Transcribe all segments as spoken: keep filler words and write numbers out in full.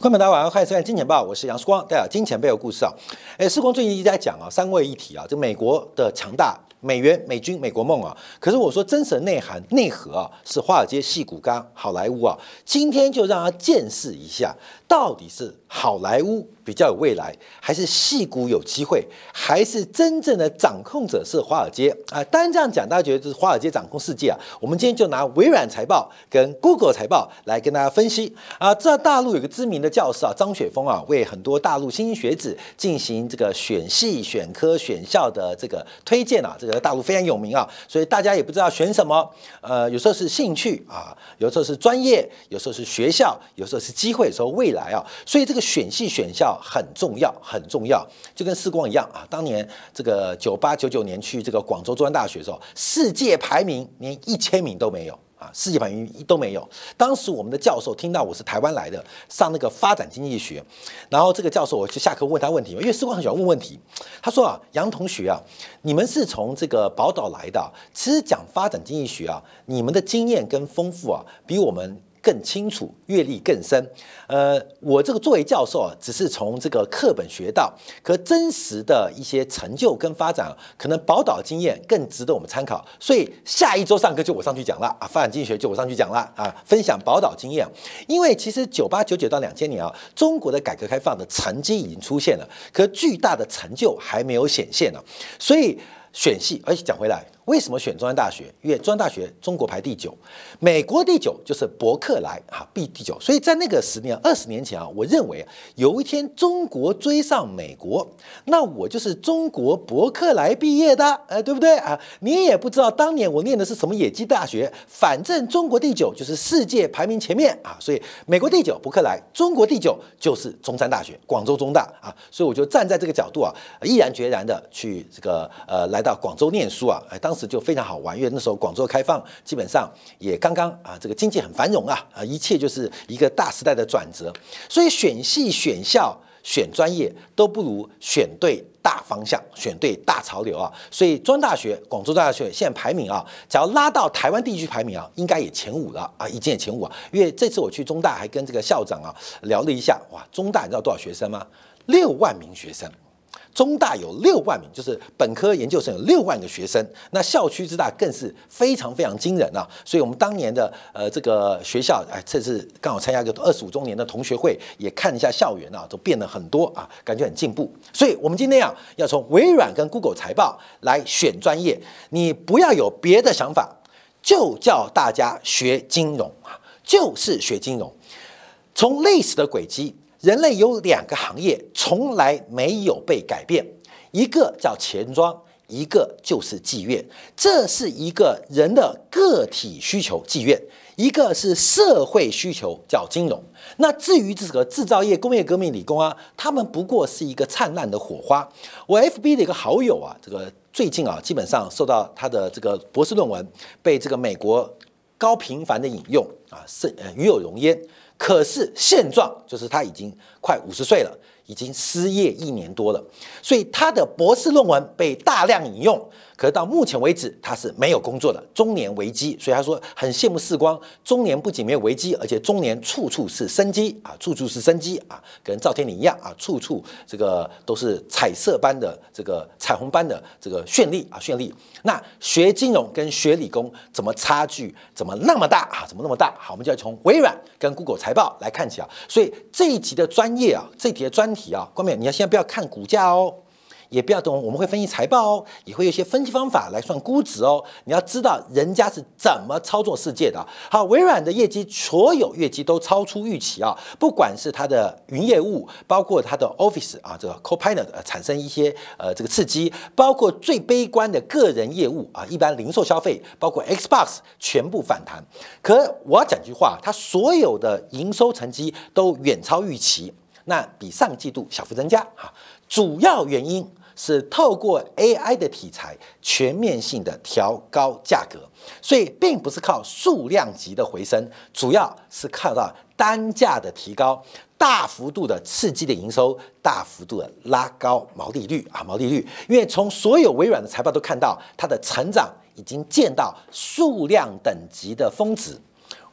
观众朋友大家晚上好，欢迎收看《金钱报》，我是杨曙光，带来金钱背后故事啊。哎，曙光最近一直在讲啊，三位一体啊，这美国的强大。美元、美军、美国梦啊，可是我说真实的内涵、内核啊，是华尔街、矽谷跟好莱坞啊。今天就让他见识一下，到底是好莱坞比较有未来，还是矽谷有机会，还是真正的掌控者是华尔街啊？当然这样讲，大家觉得这是华尔街掌控世界啊。我们今天就拿微软财报跟 Google 财报来跟大家分析啊。知道大陆有个知名的教师啊，张雪峰啊，为很多大陆新兴学子进行这个选系、选科、选校的这个推荐啊，这个。大陆非常有名啊，所以大家也不知道选什么。呃，有时候是兴趣啊，有时候是专业，有时候是学校，有时候是机会，有时候未来啊。所以这个选系选校很重要，很重要。就跟世光一样啊，当年这个九八九九年去这个广州中山大学的时候，世界排名连一千名都没有。啊，世界排名都没有。当时我们的教授听到我是台湾来的，上那个发展经济学，然后这个教授我就下课问他问题，因为世光很喜欢问问题。他说啊，杨同学啊，你们是从这个宝岛来的，其实讲发展经济学啊，你们的经验跟丰富啊，比我们更清楚，阅历更深。呃，我这个作为教授啊，只是从这个课本学到，可真实的一些成就跟发展，可能宝岛经验更值得我们参考。所以下一周上课就我上去讲了啊，发展经济学就我上去讲了啊，分享宝岛经验。因为其实九八九九到两千年啊，中国的改革开放的成绩已经出现了，可巨大的成就还没有显现呢。所以选系，而且讲回来。为什么选中山大学？因为中山大学中国排第九，美国第九就是伯克莱啊，第第九。所以在那个十年、二十年前啊，我认为有一天中国追上美国，那我就是中国伯克莱毕业的，呃，对不对啊？你也不知道当年我念的是什么野鸡大学，反正中国第九就是世界排名前面啊，所以美国第九伯克莱，中国第九就是中山大学，广州中大啊，所以我就站在这个角度啊，毅然决然的去这个呃来到广州念书啊，当。当时就非常好玩，因为那时候广州开放，基本上也刚刚啊，这个经济很繁荣啊，啊，一切就是一个大时代的转折。所以选系、选校、选专业都不如选对大方向，选对大潮流啊。所以中山大学、广州大学现在排名啊，只要拉到台湾地区排名啊，应该也前五了啊，已经也前五啊。因为这次我去中大，还跟这个校长啊聊了一下，哇，中大你知道多少学生吗？六万名学生。中大有六万名，就是本科研究生有六万个学生，那校区之大更是非常非常惊人啊！所以我们当年的呃这个学校，哎，这次刚好参加一个二十五周年的同学会，也看一下校园啊，都变了很多啊，感觉很进步。所以我们今天啊，要从微软跟 Google 财报来选专业，你不要有别的想法，就叫大家学金融啊，就是学金融，从历史的轨迹。人类有两个行业从来没有被改变，一个叫钱庄，一个就是妓院。这是一个人的个体需求，妓院；一个是社会需求，叫金融。那至于这个制造业、工业革命、理工啊，他们不过是一个灿烂的火花。我 F B 的一个好友啊，这个最近啊，基本上受到他的这个博士论文被这个美国高频繁的引用啊，是呃与有荣焉。可是现状就是他已经快五十岁了，已经失业一年多了，所以他的博士论文被大量引用。可是到目前为止，他是没有工作的，中年危机。所以他说很羡慕世光，中年不仅没有危机，而且中年处处是生机啊，处处是生机啊，跟赵天麟一样啊，处处这个都是彩色般的这个彩虹般的这个绚丽啊，绚丽。那学金融跟学理工怎么差距怎么那么大啊？怎么那么大？好，我们就要从微软跟 Google 财报来看起啊。所以这一集的专业啊，这一集的专题啊，观众你要先不要看股价哦。也不要懂，我们会分析财报哦，也会有一些分析方法来算估值哦。你要知道人家是怎么操作世界的。好，微软的业绩，所有业绩都超出预期啊，不管是它的云业务，包括它的 Office 啊，这个 Copilot、呃、产生一些呃这个刺激，包括最悲观的个人业务啊，一般零售消费，包括 Xbox 全部反弹。可我要讲句话，它所有的营收成绩都远超预期。那比上季度小幅增加啊，主要原因是透过 A I 的题材全面性的调高价格，所以并不是靠数量级的回升，主要是看到单价的提高，大幅度的刺激的营收，大幅度的拉高毛利率啊，毛利率，因为从所有微软的财报都看到它的成长已经见到数量等级的峰值。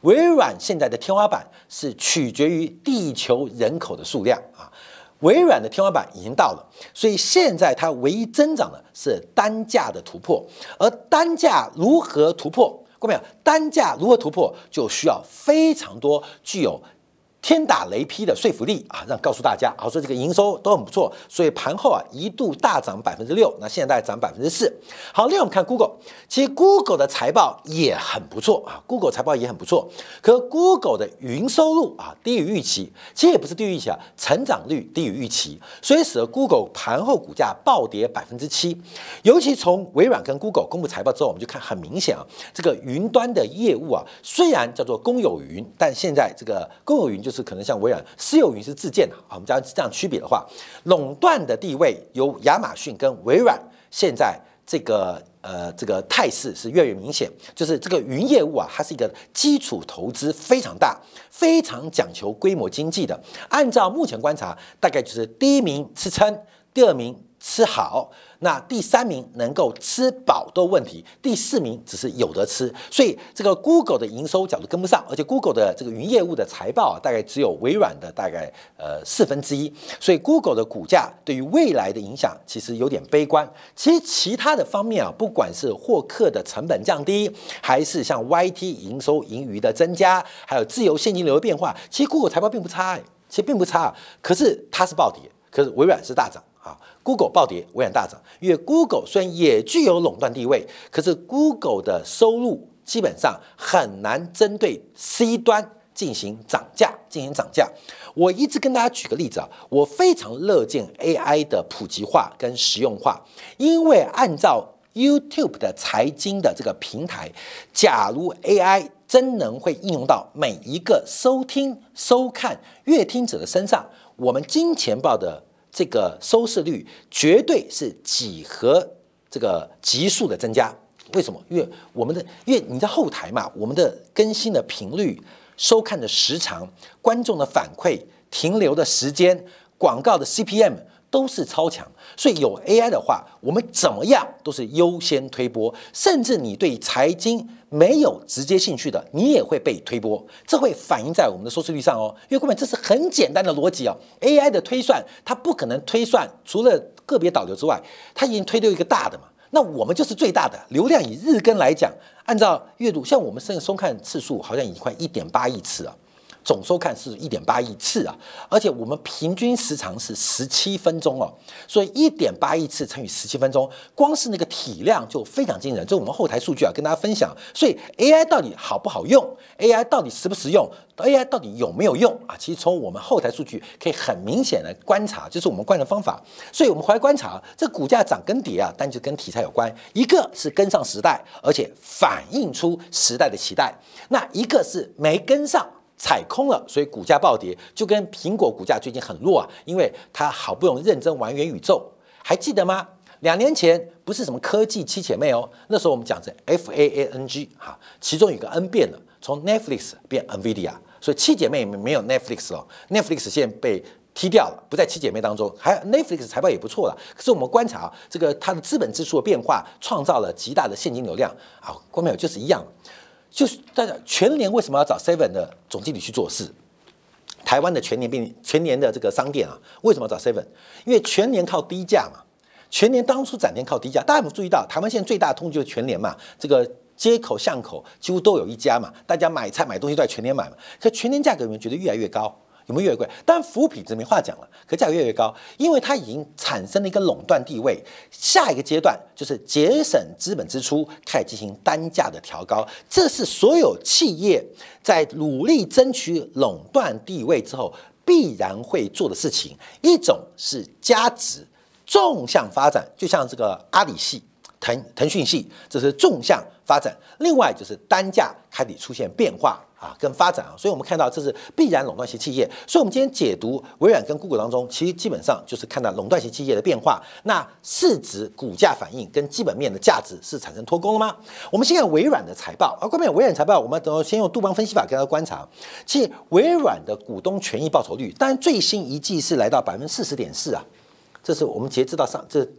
微软现在的天花板是取决于地球人口的数量啊。微软的天花板已经到了，所以现在它唯一增长的是单价的突破，而单价如何突破？各位，单价如何突破，就需要非常多具有天打雷劈的说服力啊，让告诉大家，好说这个营收都很不错，所以盘后啊一度大涨百分之六，那现在涨百分之四。好，另外我们看 Google， 其实 Google 的财报也很不错啊 ，Google 财报也很不错，可 Google 的云收入啊低于预期，其实也不是低于预期啊，成长率低于预期，所以使得 Google 盘后股价暴跌百分之七。尤其从微软跟 Google 公布财报之后，我们就看很明显啊，这个云端的业务啊，虽然叫做公有云，但现在这个公有云就是可能像微软，私有云是自建的啊。我们这样这样区别的话，垄断的地位由亚马逊跟微软，现在这个呃这个态势是越来越明显，就是这个云业务啊，它是一个基础投资非常大，非常讲求规模经济的。按照目前观察，大概就是第一名吃撑，第二名吃好，那第三名能够吃饱都问题，第四名只是有得吃，所以这个 Google 的营收角度跟不上，而且 Google 的这个云业务的财报啊，大概只有微软的大概呃四分之一，所以 Google 的股价对于未来的影响其实有点悲观。其实其他的方面啊，不管是获客的成本降低，还是像 Y T 营收盈余的增加，还有自由现金流的变化，其实 Google 财报并不差、欸，其实并不差，可是它是暴跌，可是微软是大涨。啊 ，Google 暴跌，微软大涨。因为 Google 虽然也具有垄断地位，可是 Google 的收入基本上很难针对 C 端进行涨价，进行涨价。我一直跟大家举个例子啊，我非常乐见 A I 的普及化跟实用化，因为按照 YouTube 的财经的这个平台，假如 A I 真能会应用到每一个收听、收看、阅听者的身上，我们金钱豹的这个收视率绝对是几何这个急速的增加。为什么？因为我们的，因为你在后台嘛，我们的更新的频率、收看的时长、观众的反馈、停留的时间、广告的 C P M 都是超强。所以有 A I 的话，我们怎么样都是优先推播，甚至你对财经没有直接兴趣的，你也会被推播，这会反映在我们的收视率上哦。因为根本这是很简单的逻辑哦 ，A I 的推算它不可能推算除了个别导流之外，它已经推到一个大的嘛。那我们就是最大的流量，以日更来讲，按照阅读，像我们甚至收看次数好像已经快一点八亿次啊。总收看是一点八亿次啊，而且我们平均时长是十七分钟哦，所以一点八亿次乘以十七分钟，光是那个体量就非常惊人。这我们后台数据啊，跟大家分享。所以 A I 到底好不好用 ？A I 到底实不实用 ？A I 到底有没有用啊？其实从我们后台数据可以很明显的观察，就是我们观的方法。所以我们回来观察，这股价涨跟跌啊，但就跟题材有关。一个是跟上时代，而且反映出时代的期待；那一个是没跟上。踩空了，所以股价暴跌，就跟苹果股价最近很弱啊，因为它好不容易认真玩元宇宙，还记得吗？两年前不是什么科技七姐妹哦，那时候我们讲成 F A A N G 哈，其中有个 N 变了，从 Netflix 变 Nvidia， 所以七姐妹没有 Netflix 了 ，Netflix 现在被踢掉了，不在七姐妹当中。还 Netflix 财报也不错了，可是我们观察这个它的资本支出的变化，创造了极大的现金流量啊，观众朋友就是一样。就是大家全年为什么要找 Seven 的总经理去做事？台湾的全年便全年的这个商店啊，为什么要找 Seven？ 因为全年靠低价嘛，全年当初展店靠低价，大家有没有注意到？台湾现在最大的通就是全年嘛，这个街口巷口几乎都有一家嘛，大家买菜买东西都在全年买嘛，可全年价格有没有觉得越来越高？有没有越来越贵？当然服务品质没话讲了，可价格越来越高，因为它已经产生了一个垄断地位。下一个阶段就是节省资本支出，开始进行单价的调高。这是所有企业在努力争取垄断地位之后必然会做的事情。一种是加值纵向发展，就像这个阿里系、腾腾讯系，这是纵向发展；另外就是单价开始出现变化。啊，跟发展啊，所以我们看到这是必然垄断型企业。所以，我们今天解读微软跟 Google 当中，其实基本上就是看到垄断型企业的变化。那市值、股价反应跟基本面的价值是产生脱钩了吗？我们先看微软的财报啊，关键微软财报，我们等先用杜邦分析法给大家观察。其实微软的股东权益报酬率，当然最新一季是来到百分之四十点四啊，这是我们截至到上这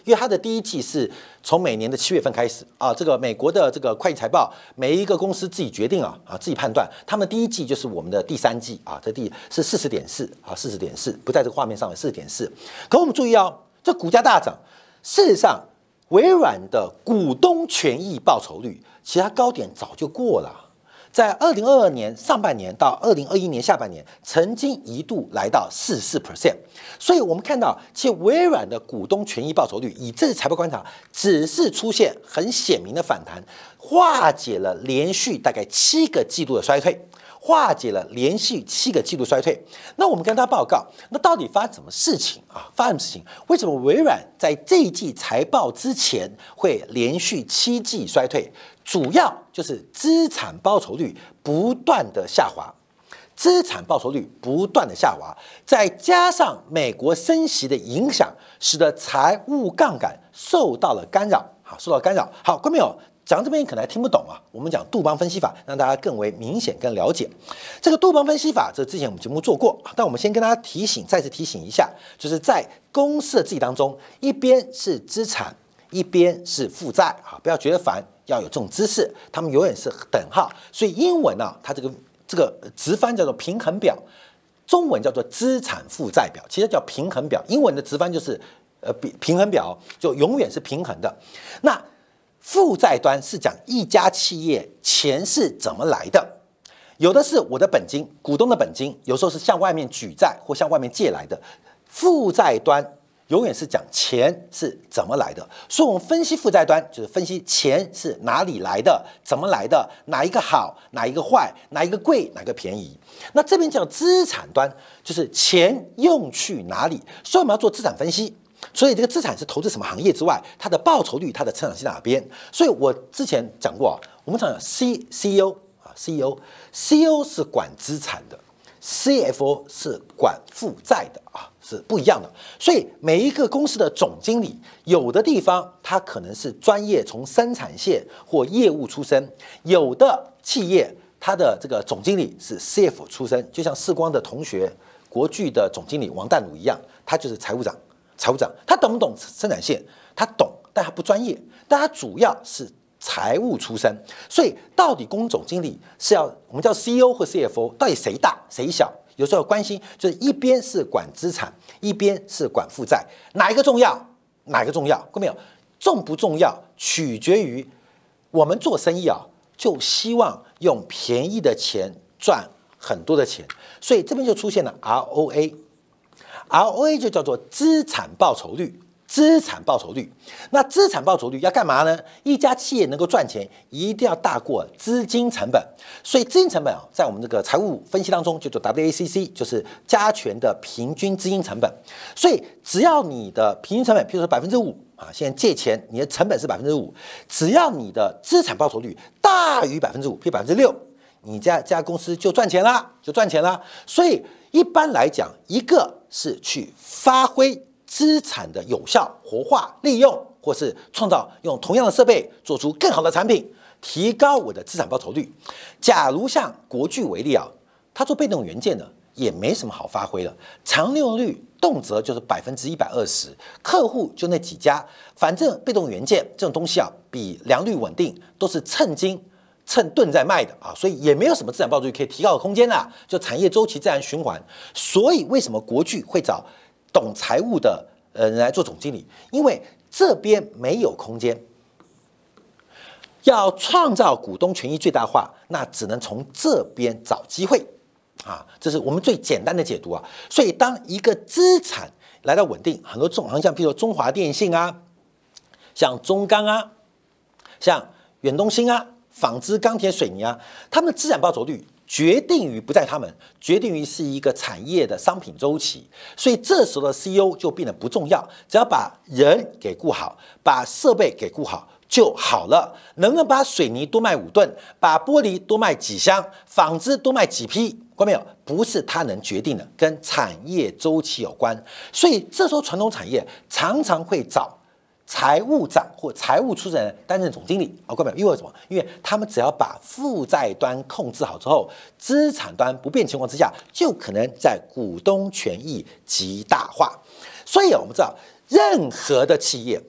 因为它的第一季是从每年的七月份开始啊，这个美国的这个会计财报，每一个公司自己决定啊啊自己判断，他们第一季就是我们的第三季啊，这第是四十点四啊，四十点四不在这个画面上面，四十点四。可我们注意哦，这股价大涨，事实上微软的股东权益报酬率，其实它高点早就过了。在二零二二年上半年到二零二一年下半年，曾经一度来到四十四 percent， 所以我们看到，其实微软的股东权益报酬率，以这次财报观察，只是出现很显明的反弹，化解了连续大概七个季度的衰退，化解了连续七个季度衰退。那我们跟大家报告，那到底发生什么事情啊？发生什么事情？为什么微软在这一季财报之前会连续七季衰退？主要就是资产报酬率不断的下滑，资产报酬率不断的下滑，再加上美国升息的影响，使得财务杠杆受到了干扰，好，受到干扰。好，观众朋友讲到这边可能还听不懂啊，我们讲杜邦分析法，让大家更为明显、更了解。这个杜邦分析法，这之前我们节目做过，但我们先跟大家提醒，再次提醒一下，就是在公司的治理当中，一边是资产，一边是负债，啊，不要觉得烦。要有这种知识，他们永远是等号。所以英文啊，它这个这个直翻叫做平衡表，中文叫做资产负债表，其实叫平衡表。英文的直翻就是呃平衡表，就永远是平衡的。那负债端是讲一家企业钱是怎么来的，有的是我的本金，股东的本金，有时候是向外面举债或向外面借来的。负债端永远是讲钱是怎么来的，所以我们分析负债端就是分析钱是哪里来的，怎么来的，哪一个好，哪一个坏，哪一个贵，哪个便宜。那这边叫资产端，就是钱用去哪里，所以我们要做资产分析。所以这个资产是投资什么行业之外，它的报酬率、它的成长性在哪边？所以我之前讲过啊，我们讲 C C E O 啊 C E O C E O 是管资产的 ，C F O 是管负债的啊。是不一样的，所以每一个公司的总经理，有的地方他可能是专业从生产线或业务出身，有的企业他的这个总经理是 C F O 出身，就像世光的同学国巨的总经理王淡如一样，他就是财务长。财务长他懂不懂生产线？他懂，但他不专业，但他主要是财务出身。所以到底公司总经理是要我们叫 C E O 或 C F O， 到底谁大谁小？有时候关心就是一边是管资产，一边是管负债，哪一个重要？哪一个重要？看到没有？重不重要取决于我们做生意啊，就希望用便宜的钱赚很多的钱，所以这边就出现了 R O A，R O A 就叫做资产报酬率。资产报酬率，那资产报酬率要干嘛呢？一家企业能够赚钱，一定要大过资金成本。所以资金成本啊，在我们这个财务分析当中，就做 W A C C， 就是加权的平均资金成本。所以只要你的平均成本，譬如说百分之五啊，现在借钱你的成本是百分之五，只要你的资产报酬率大于百分之五，譬如百分之六，你家家公司就赚钱啦，就赚钱啦。所以一般来讲，一个是去发挥资产的有效活化利用，或是创造用同样的设备做出更好的产品，提高我的资产报酬率。假如像国巨为例啊，他做被动元件的也没什么好发挥了，常利用率动辄就是百分之一百二十，客户就那几家，反正被动元件这种东西啊，比良率稳定，都是称斤称吨在卖的啊，所以也没有什么资产报酬率可以提高的空间啦，就产业周期自然循环。所以为什么国巨会找懂财务的呃人来做总经理？因为这边没有空间，要创造股东权益最大化，那只能从这边找机会啊，这是我们最简单的解读啊。所以当一个资产来到稳定，很多重行像比如说中华电信啊，像中钢啊，像远东新啊，纺织、钢铁、水泥啊，他们的资产报酬率决定于不在他们，决定于是一个产业的商品周期，所以这时候的 C E O 就变得不重要，只要把人给顾好，把设备给顾好就好了。能不能把水泥多卖五吨，把玻璃多卖几箱，纺织多卖几批？看到没有？不是他能决定的，跟产业周期有关。所以这时候传统产业常常会找财务长或财务出身人担任总经理，哦，各位，因为什么？因为他们只要把负债端控制好之后，资产端不变情况之下，就可能在股东权益极大化。所以我们知道，任何的企业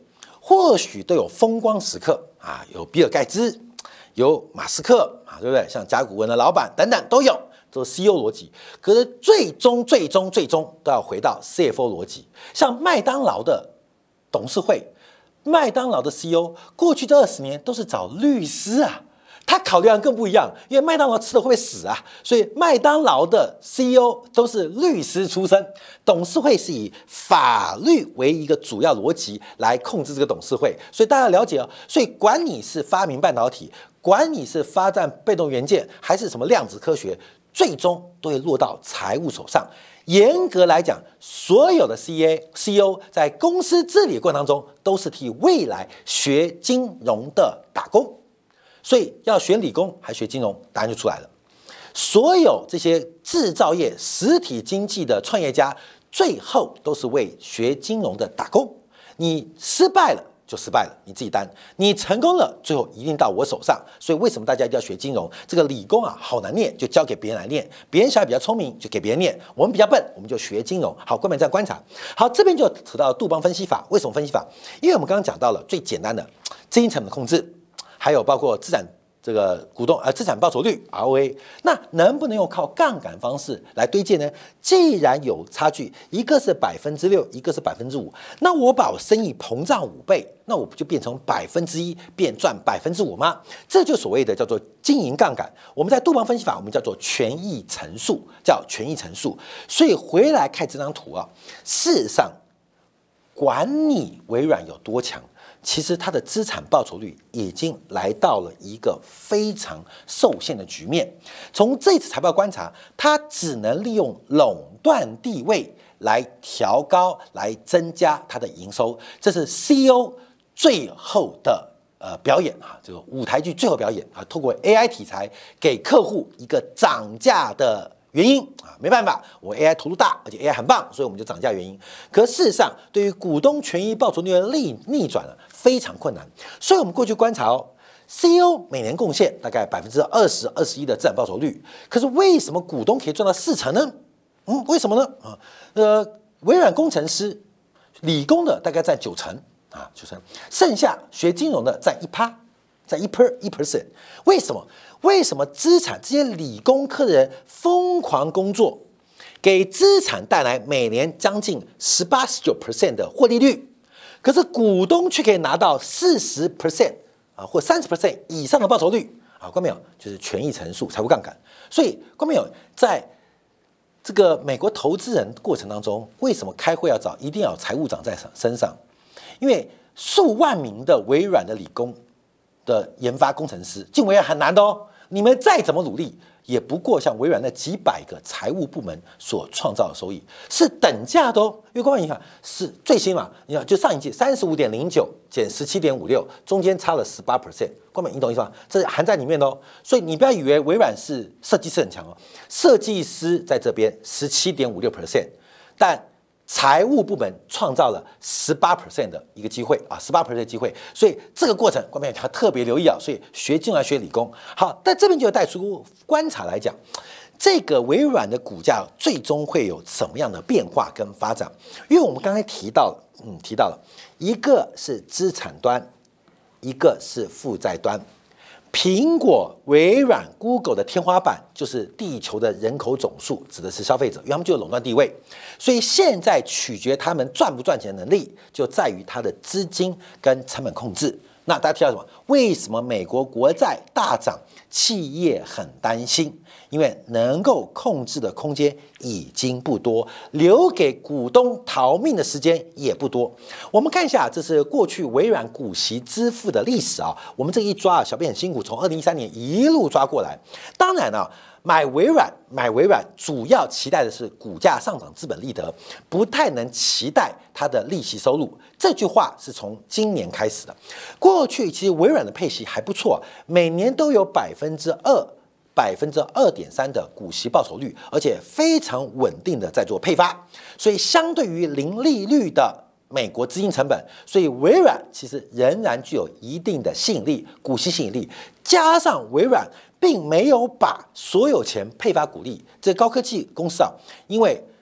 或许都有风光时刻啊，有比尔盖茨，有马斯克啊，对不对？像甲骨文的老板等等都有，都是 C E O 逻辑。可是最终、最终、最终都要回到 C F O 逻辑。像麦当劳的董事会，麦当劳的 C E O 过去这二十年都是找律师啊。他考虑的更不一样，因为麦当劳吃了会不会死啊？所以麦当劳的 C E O 都是律师出身，董事会是以法律为一个主要逻辑来控制这个董事会。所以大家了解哦，所以管你是发明半导体，管你是发展被动元件，还是什么量子科学，最终都会落到财务手上。严格来讲，所有的 C A C E O 在公司治理的过程当中，都是替未来学金融的打工。所以要学理工还学金融，答案就出来了。所有这些制造业、实体经济的创业家，最后都是为学金融的打工。你失败了就失败了，你自己担；你成功了，最后一定到我手上。所以为什么大家一定要学金融？这个理工啊好难念，就交给别人来念；别人小孩比较聪明，就给别人念；我们比较笨，我们就学金融。好，关门这样观察。好，这边就扯到杜邦分析法。为什么分析法？因为我们刚刚讲到了最简单的资金成本控制。还有包括资产这个股东呃资产报酬率 R O A， 那能不能用靠杠杆方式来堆建呢？既然有差距，一个是百分之六，一个是百分之五，那我把我生意膨胀五倍，那我不就变成百分之一变赚百分之五吗？这就所谓的叫做经营杠杆。我们在杜邦分析法，我们叫做权益乘数，叫权益乘数。所以回来看这张图啊，事实上，管你微软有多强。其实它的资产报酬率已经来到了一个非常受限的局面。从这次财报观察，它只能利用垄断地位来调高、来增加它的营收。这是 C E O 最后的呃表演啊，这个舞台剧最后表演啊，透过 A I 题材给客户一个涨价的原因啊，没办法，我 A I 投入大，而且 A I 很棒，所以我们就涨价原因。可事实上，对于股东权益报酬率的逆逆转呢，非常困难。所以我们过去观察哦 ，C E O 每年贡献大概百分之二十、二十一的资产报酬率，可是为什么股东可以赚到四成呢？嗯，为什么呢？啊，呃，微软工程师，理工的大概占九成啊，九成，剩下学金融的占一趴，占一 per 一 percent。为什么？为什么资产这些理工科的人疯狂工作，给资产带来每年将近十八、十九 percent 的获利率，可是股东却可以拿到四十 percent 啊或三十 percent 以上的报酬率啊？观众朋友，就是权益乘数、财务杠杆。所以，观众朋友，在这个美国投资人过程当中，为什么开会要找一定要有财务长在身上？因为数万名的微软的理工的研发工程师进微软很难的哦。你们再怎么努力，也不过像微软那几百个财务部门所创造的收益是等价的哦。因为各位你看是最新嘛，你看就上一季三十五点零九减十七点五六，中间差了十八 percent。各位你懂意思吗？这是含在里面的哦。所以你不要以为微软是设计师很强哦，设计师在这边十七点五六 percent， 但财务部门创造了十八 percent 的一个机会啊，十八 percent 的机会，所以这个过程观众要特别留意啊。所以学金融学理工好，但这边就带出观察来讲，这个微软的股价最终会有什么样的变化跟发展？因为我们刚才提到了，嗯，提到了一个是资产端，一个是负债端。苹果、微软、Google 的天花板就是地球的人口总数，指的是消费者，因为他们就有垄断地位，所以现在取决他们赚不赚钱的能力，就在于它的资金跟成本控制。那大家提到什么？为什么美国国债大涨，企业很担心？因为能够控制的空间已经不多，留给股东逃命的时间也不多。我们看一下，这是过去微软股息支付的历史啊。我们这一抓啊，小编很辛苦，从二零一三年一路抓过来。当然啊，买微软买微软主要期待的是股价上涨、资本利得，不太能期待它的利息收入。这句话是从今年开始的。过去其实微软的配息还不错，每年都有百分之二。百分之二点三的股息报酬率，而且非常稳定的在做配发，所以相对于零利率的美国资金成本，所以微软其实仍然具有一定的吸引力，股息吸引力，加上微软并没有把所有钱配发股利，这高科技公司啊，因为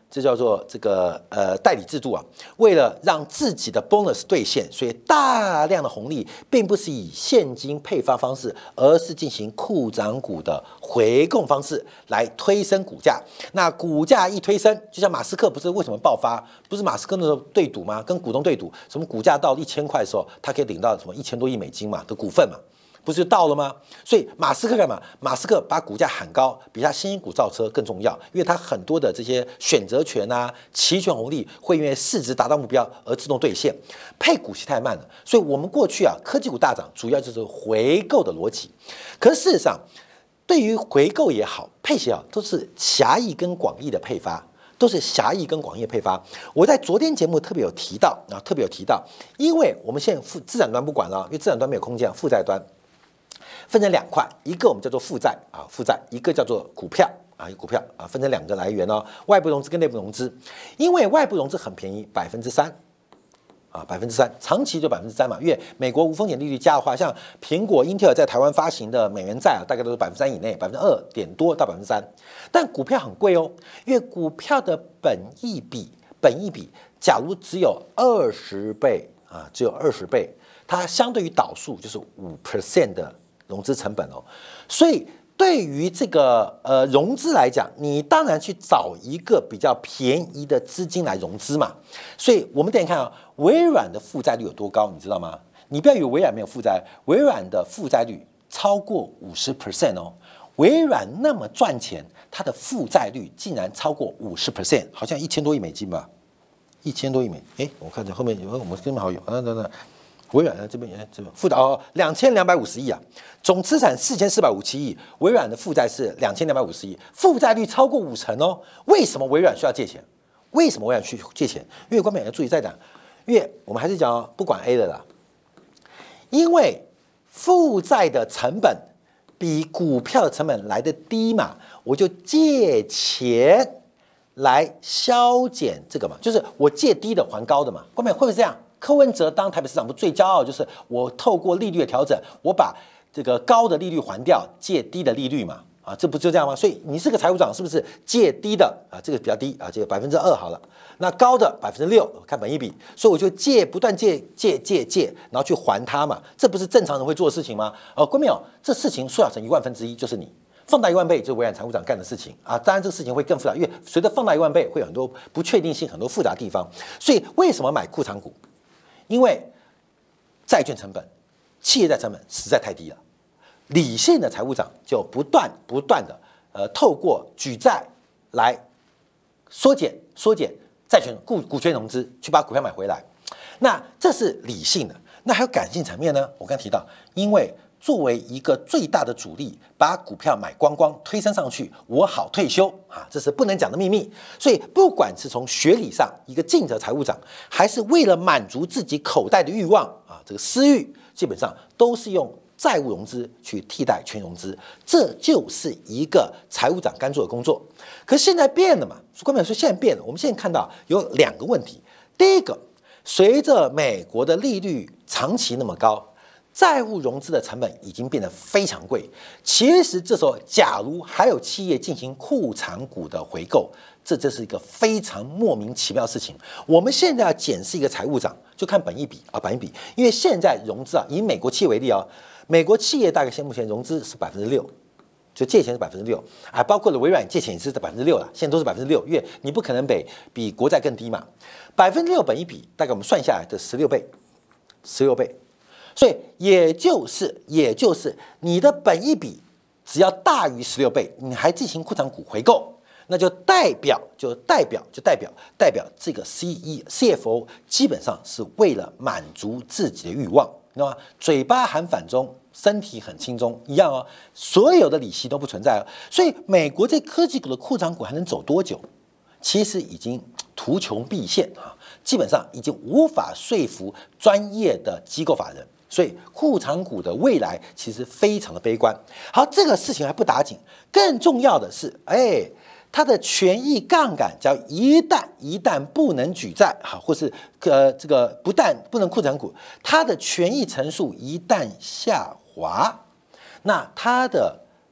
这叫做这个呃代理制度啊，为了让自己的 bonus 兑现，所以大量的红利并不是以现金配发方式，而是进行库藏股的回购方式来推升股价。那股价一推升，就像马斯克不是为什么爆发？不是马斯克那时候对赌吗？跟股东对赌，什么股价到一千块的时候，他可以领到什么一千多亿美金嘛的股份嘛。不是就到了吗？所以马斯克干嘛？马斯克把股价喊高，比他新兴股造车更重要，因为他很多的这些选择权啊、期权红利会因为市值达到目标而自动兑现。配股息太慢了，所以我们过去啊，科技股大涨主要就是回购的逻辑。可是事实上，对于回购也好，配息啊，都是狭义跟广义的配发。都是狭义跟广义配发。我在昨天节目特别有提到啊，特别有提到，因为我们现在负资产端不管了，因为资产端没有空间，负债端分成两块，一个我们叫做负债啊，负债，一个叫做股票啊，股票啊，分成两个来源哦，外部融资跟内部融资。因为外部融资很便宜，百分之三。啊，百分之三，长期就百分之三嘛，因为美国无风险利率加的话，像苹果、英特尔在台湾发行的美元债啊，大概都是百分之三以内，百分之二点多到百分之三。但股票很贵哦，因为股票的本益比，本益比假如只有二十倍啊，只有二十倍，它相对于导数就是五 percent 的融资成本哦，所以。对于这个呃融资来讲，你当然去找一个比较便宜的资金来融资嘛。所以我们等一下看啊，微软的负债率有多高，你知道吗？你不要以为微软没有负债，微软的负债率超过五十 percent 哦。微软那么赚钱，它的负债率竟然超过五十 percent， 好像一千多亿美金吧，一千多亿美。哎，我看着后面有我们跟好友啊，等等。微软的这边这边负债哦，两千两百五十亿啊，总资产四千四百五十七亿，微软的负债是两千两百五十亿，负债率超过五成哦。为什么微软需要借钱？为什么微软需借钱？因为观众要注意再讲，因为我们还是讲不管 A 的啦，因为负债的成本比股票的成本来得低嘛，我就借钱来消减这个嘛，就是我借低的还高的嘛，观众会不会这样？柯文哲当台北市长不最骄傲，就是我透过利率的调整，我把这个高的利率还掉，借低的利率嘛，啊，这不就这样吗？所以你是个财务长，是不是借低的啊？这个比较低啊，这个百分之二好了，那高的百分之六，看本益比，所以我就借不断借借借借，然后去还它嘛，这不是正常人会做的事情吗？哦，观众朋友，这事情缩小成一万分之一，就是你。放大一万倍，就是微软财务长干的事情啊！当然，这个事情会更复杂，因为随着放大一万倍，会有很多不确定性、很多复杂地方。所以，为什么买库藏股？因为债券成本、企业债成本实在太低了，理性的财务长就不断不断的呃，透过举债来缩减缩减债权股股权融资，去把股票买回来。那这是理性的。那还有感性层面呢？我刚才提到，因为作为一个最大的主力，把股票买光光，推升上去，我好退休啊，这是不能讲的秘密。所以，不管是从学理上，一个尽责财务长，还是为了满足自己口袋的欲望啊，这个私欲，基本上都是用债务融资去替代全融资，这就是一个财务长该做的工作。可是现在变了嘛？观众说现在变了，我们现在看到有两个问题。第一个，随着美国的利率长期那么高，债务融资的成本已经变得非常贵。其实这时候，假如还有企业进行库藏股的回购，这真是一个非常莫名其妙的事情。我们现在要检视一个财务长，就看本益比啊，本益比。因为现在融资啊，以美国企业为例啊，美国企业大概现目前融资是百分之六，就借钱是百分之六啊，包括了微软借钱也是百分之六了，现在都是百分之六，因为你不可能比比国债更低嘛。百分之六本益比，大概我们算下来的十六倍，十六倍。所以也就是也就是你的本益比只要大于十六倍，你还进行库藏股回购，那就代表就代表就代表代表这个 C E C F O 基本上是为了满足自己的欲望，你知道吗？嘴巴喊反中，身体很轻松一样哦，所有的利息都不存在哦。所以美国这科技股的库藏股还能走多久？其实已经图穷匕见啊，基本上已经无法说服专业的机构法人。所以库藏股的未来其实非常的悲观。好，这个事情还不打紧，更重要的是，哎，它的权益杠杆，只要一旦一旦不能举债，好，或是呃这个不但不能库藏股，它的权益乘数一旦下滑，那它的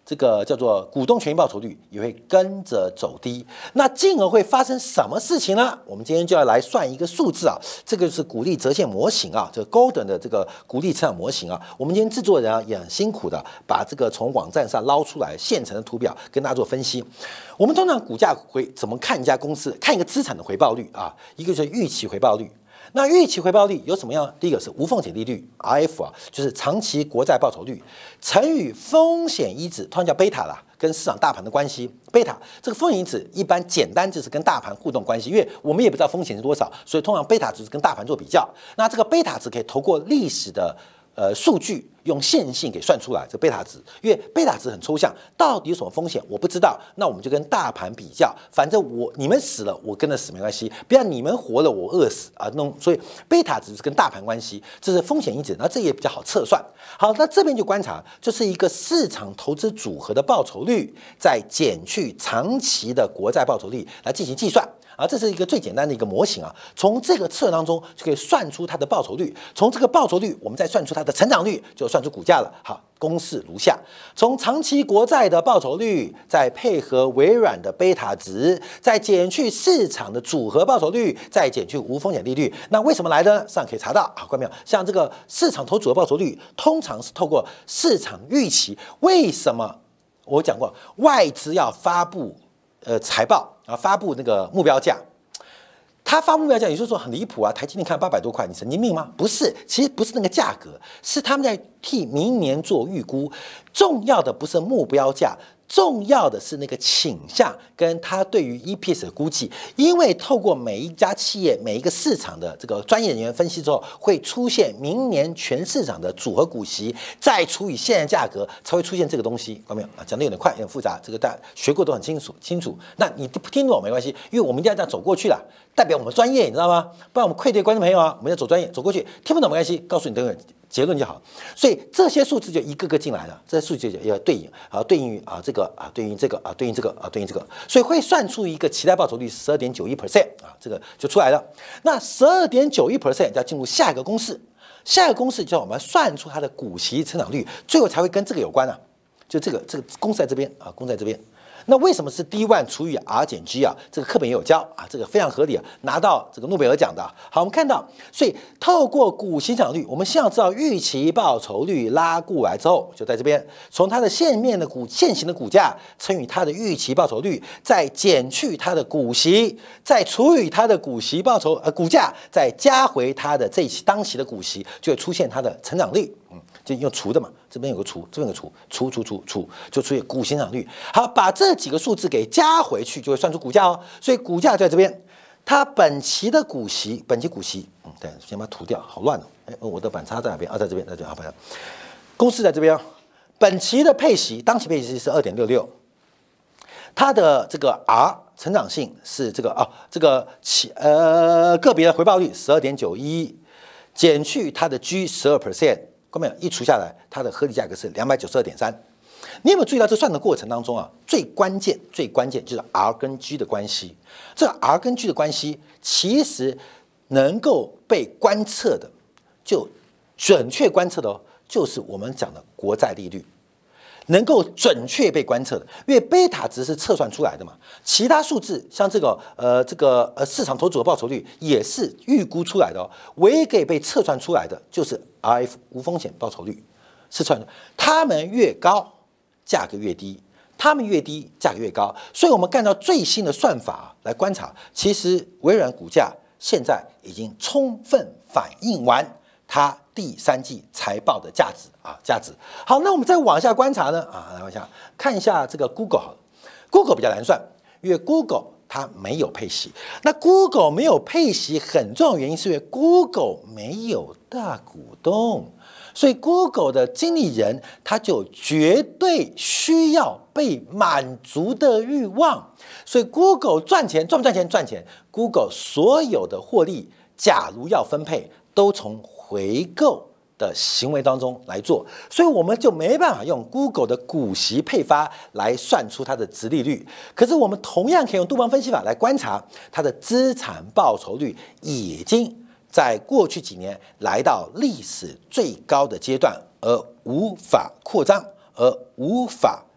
这个叫做股东权益报酬率也会跟着走低，那进而会发生什么事情呢？我们今天就要来算一个数字啊，这个是股利折现模型啊，这个 Golden 的这个股利成长模型啊。我们今天制作人啊也很辛苦的把这个从网站上捞出来现成的图表跟大家做分析。我们通常股价回怎么看一家公司？看一个资产的回报率啊，一个就是预期回报率。那预期回报率有什么样？第一个是无风险利率 R F 啊，就是长期国债报酬率乘以风险因子，通常叫贝塔啦，跟市场大盘的关系。贝塔这个风险因子一般简单就是跟大盘互动关系，因为我们也不知道风险是多少，所以通常贝塔值是跟大盘做比较。那这个贝塔值可以透过历史的呃数据用线性给算出来，这贝塔值，因为贝塔值很抽象，到底有什么风险我不知道，那我们就跟大盘比较，反正我你们死了我跟着死没关系，不要你们活了我饿死啊，弄所以贝塔值是跟大盘关系，这是风险因子，那这也比较好测算。好，那这边就观察，就是一个市场投资组合的报酬率，再减去长期的国债报酬率来进行计算。啊，这是一个最简单的一个模型啊，从这个测量中就可以算出它的报酬率，从这个报酬率我们再算出它的成长率，就算出股价了。好，公式如下：从长期国债的报酬率，再配合微软的贝塔值，再减去市场的组合报酬率，再减去无风险利率。那为什么来呢？上可以查到啊，看到没有？像这个市场投组合报酬率，通常是透过市场预期。为什么？我讲过，外资要发布呃财报。啊，发布那个目标价，他发目标价，也就是说很离谱啊！台积电看八百多块，你神经病吗？不是，其实不是那个价格，是他们在替明年做预估。重要的不是目标价，重要的是那个倾向跟他对于 E P S 的估计。因为透过每一家企业、每一个市场的这个专业人员分析之后，会出现明年全市场的组合股息，再除以现在价格，才会出现这个东西。看到没有啊？讲的有点快，有点复杂，这个大家学过都很清楚清楚。那你不听懂没关系，因为我们一定要这样走过去了，代表我们专业，你知道吗？不然我们愧对观众朋友啊，我们要走专业，走过去，听不懂没关系，告诉你等会结论就好。所以这些数字就一个个进来了，这些数字就要对应啊，对应于啊这个啊，对应这个啊，对应这个啊，对应这个，所以会算出一个期待报酬率十二点九一 percent 啊，这个就出来了。那十二点九一 percent 要进入下一个公式，下一个公式叫我们算出它的股息成长率，最后才会跟这个有关啊。就这个这个公式在这边啊，公式在这边。那为什么是 D 一 除以 R 减 G 啊？这个课本也有教啊，这个非常合理啊，拿到这个诺贝尔奖的。好，我们看到，所以透过股息成长率，我们先要知道预期报酬率拉过来之后，就在这边，从它的现面的股现行的股价乘以它的预期报酬率，再减去它的股息，再除以它的股息报酬呃股价，再加回它的这一期当期的股息，就会出现它的成长率。嗯，就用除的嘛，这边有个除，这边有个除，除除除除，就出现股息成长率。好，把这几个数字给加回去，就会算出股价哦。所以股价在这边，它本期的股息，本期股息，嗯，对，先把它涂掉，好乱哦。哎，我的板擦在哪边？啊，在这边，在这边，好，板擦。公式在这边，本期的配息，当期配息是二点六六，它的这个 R 成长性是这个啊，这个期呃个别的回报率十二点九一，减去它的 G 十二 percent。各位一除下来，它的合理价格是两百九十二点三。你有没有注意到这算的过程当中啊？最关键、最关键就是 R 跟 G 的关系。这 R 跟 G 的关系，其实能够被观测的，就准确观测的哦，就是我们讲的国债利率。能够准确被观测的，因为贝塔值是测算出来的嘛，其他数字像这个呃这个呃市场投资的报酬率也是预估出来的哦，唯一可以被测算出来的就是 R F 无风险报酬率是测算，它们越高价格越低，它们越低价格越高，所以我们按照最新的算法来观察，其实微软股价现在已经充分反映完它第三季财报的价值啊，价值。好，那我们再往下观察呢啊，来往下看一下这个 Google 好了 ，Google 比较难算，因为 Google 它没有配息。那 Google 没有配息很重要的原因是因为 Google 没有大股东，所以 Google 的经理人他就绝对需要被满足的欲望。所以 Google 赚钱赚不赚钱赚钱 ，Google 所有的获利，假如要分配，都从回购的行为当中来做，所以我们就没办法用 Google 的股息配发来算出它的殖利率。可是我们同样可以用杜邦分析法来观察它的资产报酬率，已经在过去几年来到历史最高的阶段，而无法扩张，而无法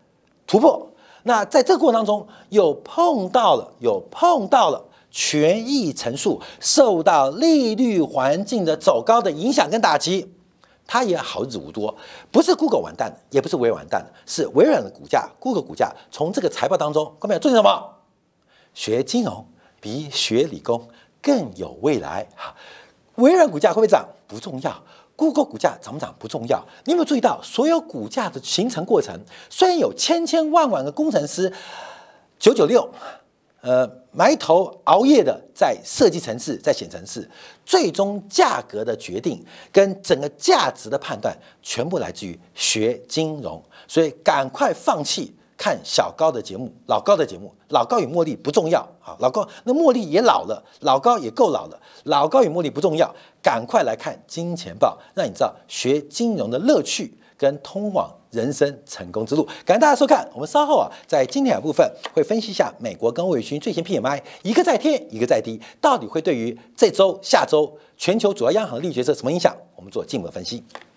突破。那在这个过程当中，又碰到了，有碰到了权益陈述受到利率环境的走高的影响跟打击，它也好日子无多。不是 Google 完蛋了，也不是微软完蛋了，是微软的股价 ，Google 股价从这个财报当中，各位注意什么？学金融比学理工更有未来。微软股价会不会涨不重要。Google 股价涨不涨不重要，你有没有注意到，所有股价的形成过程，虽然有千千万万个工程师九九六，呃，埋头熬夜的在设计程式，在写程式，最终价格的决定跟整个价值的判断，全部来自于学金融，所以赶快放弃看小高的节目，老高的节目，老高与茉莉不重要啊，老高那茉莉也老了，老高也够老了，老高与茉莉不重要，赶快来看金钱豹，让你知道学金融的乐趣跟通往人生成功之路。感谢大家收看，我们稍后啊在经典的部分会分析一下美国跟欧元区最新 P M I 一个在天一个在低，到底会对于这周下周全球主要央行的利率决策什么影响？我们做进一步的分析。